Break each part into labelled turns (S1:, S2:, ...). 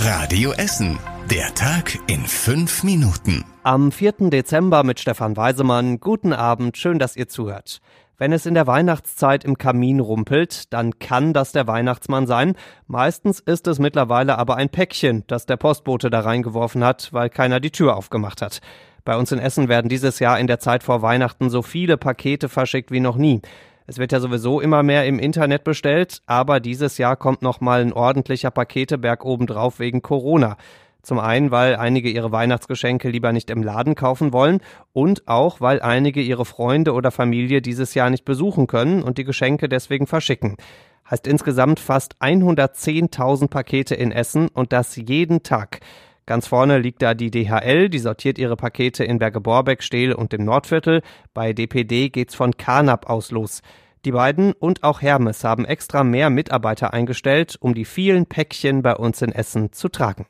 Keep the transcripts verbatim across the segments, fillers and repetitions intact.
S1: Radio Essen. Der Tag in fünf Minuten.
S2: Am vierten Dezember mit Stefan Weisemann. Guten Abend, schön, dass ihr zuhört. Wenn es in der Weihnachtszeit im Kamin rumpelt, dann kann das der Weihnachtsmann sein. Meistens ist es mittlerweile aber ein Päckchen, das der Postbote da reingeworfen hat, weil keiner die Tür aufgemacht hat. Bei uns in Essen werden dieses Jahr in der Zeit vor Weihnachten so viele Pakete verschickt wie noch nie. Es wird ja sowieso immer mehr im Internet bestellt, aber dieses Jahr kommt noch mal ein ordentlicher Paketeberg obendrauf wegen Corona. Zum einen, weil einige ihre Weihnachtsgeschenke lieber nicht im Laden kaufen wollen und auch, weil einige ihre Freunde oder Familie dieses Jahr nicht besuchen können und die Geschenke deswegen verschicken. Heißt insgesamt fast hundertzehntausend Pakete in Essen und das jeden Tag. Ganz vorne liegt da die D H L, die sortiert ihre Pakete in Berge-Borbeck, Stehl und dem Nordviertel. Bei D P D geht's von Carnap aus los. Die beiden und auch Hermes haben extra mehr Mitarbeiter eingestellt, um die vielen Päckchen bei uns in Essen zu tragen.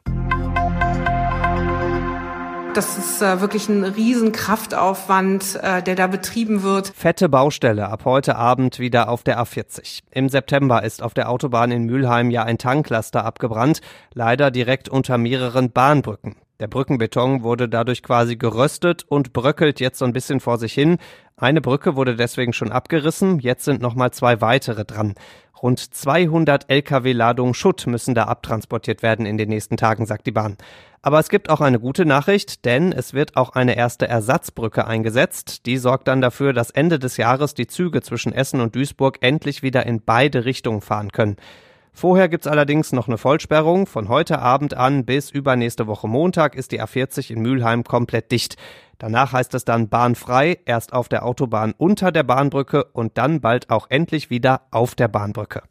S3: Das ist äh, wirklich ein riesen Kraftaufwand, äh, der da betrieben wird.
S2: Fette Baustelle ab heute Abend wieder auf der A vierzig. Im September ist auf der Autobahn in Mülheim ja ein Tanklaster abgebrannt, leider direkt unter mehreren Bahnbrücken. Der Brückenbeton wurde dadurch quasi geröstet und bröckelt jetzt so ein bisschen vor sich hin. Eine Brücke wurde deswegen schon abgerissen, jetzt sind nochmal zwei weitere dran. Rund zweihundert L K W-Ladungen Schutt müssen da abtransportiert werden in den nächsten Tagen, sagt die Bahn. Aber es gibt auch eine gute Nachricht, denn es wird auch eine erste Ersatzbrücke eingesetzt. Die sorgt dann dafür, dass Ende des Jahres die Züge zwischen Essen und Duisburg endlich wieder in beide Richtungen fahren können. Vorher gibt's allerdings noch eine Vollsperrung. Von heute Abend an bis übernächste Woche Montag ist die A vierzig in Mülheim komplett dicht. Danach heißt es dann bahnfrei, erst auf der Autobahn unter der Bahnbrücke und dann bald auch endlich wieder auf der Bahnbrücke.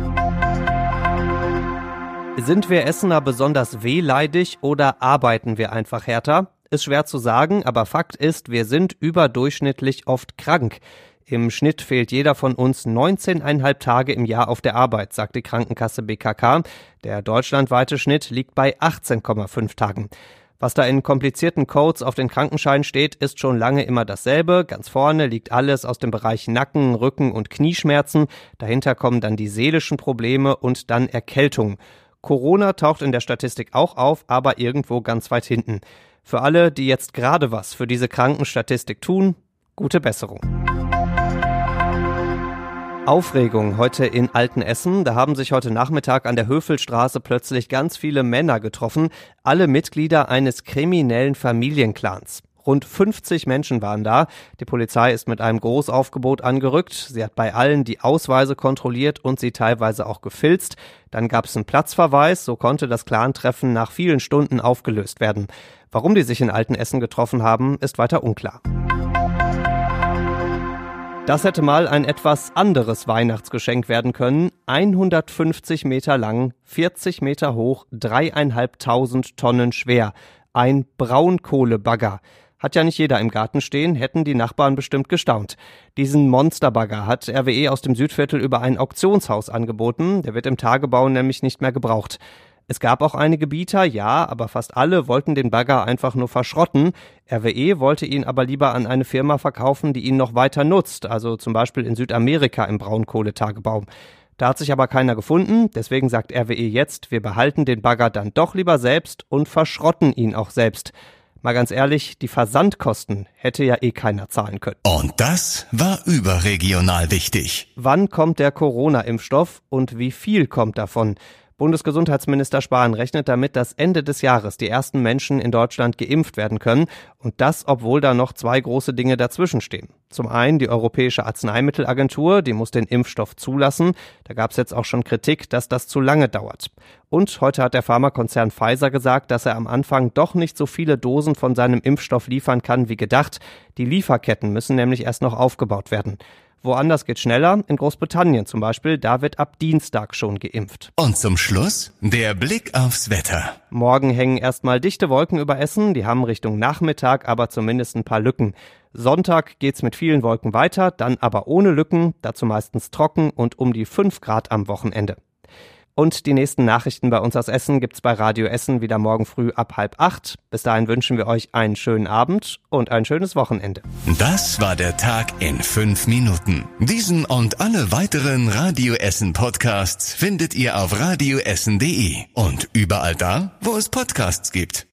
S2: Sind wir Essener besonders wehleidig oder arbeiten wir einfach härter? Ist schwer zu sagen, aber Fakt ist, wir sind überdurchschnittlich oft krank. Im Schnitt fehlt jeder von uns neunzehn Komma fünf Tage im Jahr auf der Arbeit, sagt die Krankenkasse B K K. Der deutschlandweite Schnitt liegt bei achtzehn Komma fünf Tagen. Was da in komplizierten Codes auf den Krankenscheinen steht, ist schon lange immer dasselbe. Ganz vorne liegt alles aus dem Bereich Nacken, Rücken und Knieschmerzen. Dahinter kommen dann die seelischen Probleme und dann Erkältung. Corona taucht in der Statistik auch auf, aber irgendwo ganz weit hinten. Für alle, die jetzt gerade was für diese Krankenstatistik tun, gute Besserung. Aufregung heute in Altenessen. Da haben sich heute Nachmittag an der Höfelstraße plötzlich ganz viele Männer getroffen, alle Mitglieder eines kriminellen Familienclans. Rund fünfzig Menschen waren da. Die Polizei ist mit einem Großaufgebot angerückt. Sie hat bei allen die Ausweise kontrolliert und sie teilweise auch gefilzt. Dann gab es einen Platzverweis, so konnte das Clantreffen nach vielen Stunden aufgelöst werden. Warum die sich in Altenessen getroffen haben, ist weiter unklar. Das hätte mal ein etwas anderes Weihnachtsgeschenk werden können. hundertfünfzig Meter lang, vierzig Meter hoch, dreieinhalbtausend Tonnen schwer. Ein Braunkohlebagger. Hat ja nicht jeder im Garten stehen, hätten die Nachbarn bestimmt gestaunt. Diesen Monsterbagger hat R W E aus dem Südviertel über ein Auktionshaus angeboten. Der wird im Tagebau nämlich nicht mehr gebraucht. Es gab auch einige Bieter, ja, aber fast alle wollten den Bagger einfach nur verschrotten. R W E wollte ihn aber lieber an eine Firma verkaufen, die ihn noch weiter nutzt, also zum Beispiel in Südamerika im Braunkohletagebau. Da hat sich aber keiner gefunden, deswegen sagt R W E jetzt, wir behalten den Bagger dann doch lieber selbst und verschrotten ihn auch selbst. Mal ganz ehrlich, die Versandkosten hätte ja eh keiner zahlen können.
S1: Und das war überregional wichtig.
S2: Wann kommt der Corona-Impfstoff und wie viel kommt davon? Bundesgesundheitsminister Spahn rechnet damit, dass Ende des Jahres die ersten Menschen in Deutschland geimpft werden können. Und das, obwohl da noch zwei große Dinge dazwischen stehen. Zum einen die Europäische Arzneimittelagentur, die muss den Impfstoff zulassen. Da gab es jetzt auch schon Kritik, dass das zu lange dauert. Und heute hat der Pharmakonzern Pfizer gesagt, dass er am Anfang doch nicht so viele Dosen von seinem Impfstoff liefern kann wie gedacht. Die Lieferketten müssen nämlich erst noch aufgebaut werden. Woanders geht schneller, in Großbritannien zum Beispiel, da wird ab Dienstag schon geimpft.
S1: Und zum Schluss der Blick aufs Wetter.
S2: Morgen hängen erstmal dichte Wolken über Essen, die haben Richtung Nachmittag aber zumindest ein paar Lücken. Sonntag geht's mit vielen Wolken weiter, dann aber ohne Lücken, dazu meistens trocken und um die fünf Grad am Wochenende. Und die nächsten Nachrichten bei uns aus Essen gibt's bei Radio Essen wieder morgen früh ab halb acht. Bis dahin wünschen wir euch einen schönen Abend und ein schönes Wochenende.
S1: Das war der Tag in fünf Minuten. Diesen und alle weiteren Radio Essen Podcasts findet ihr auf radioessen punkt de und überall da, wo es Podcasts gibt.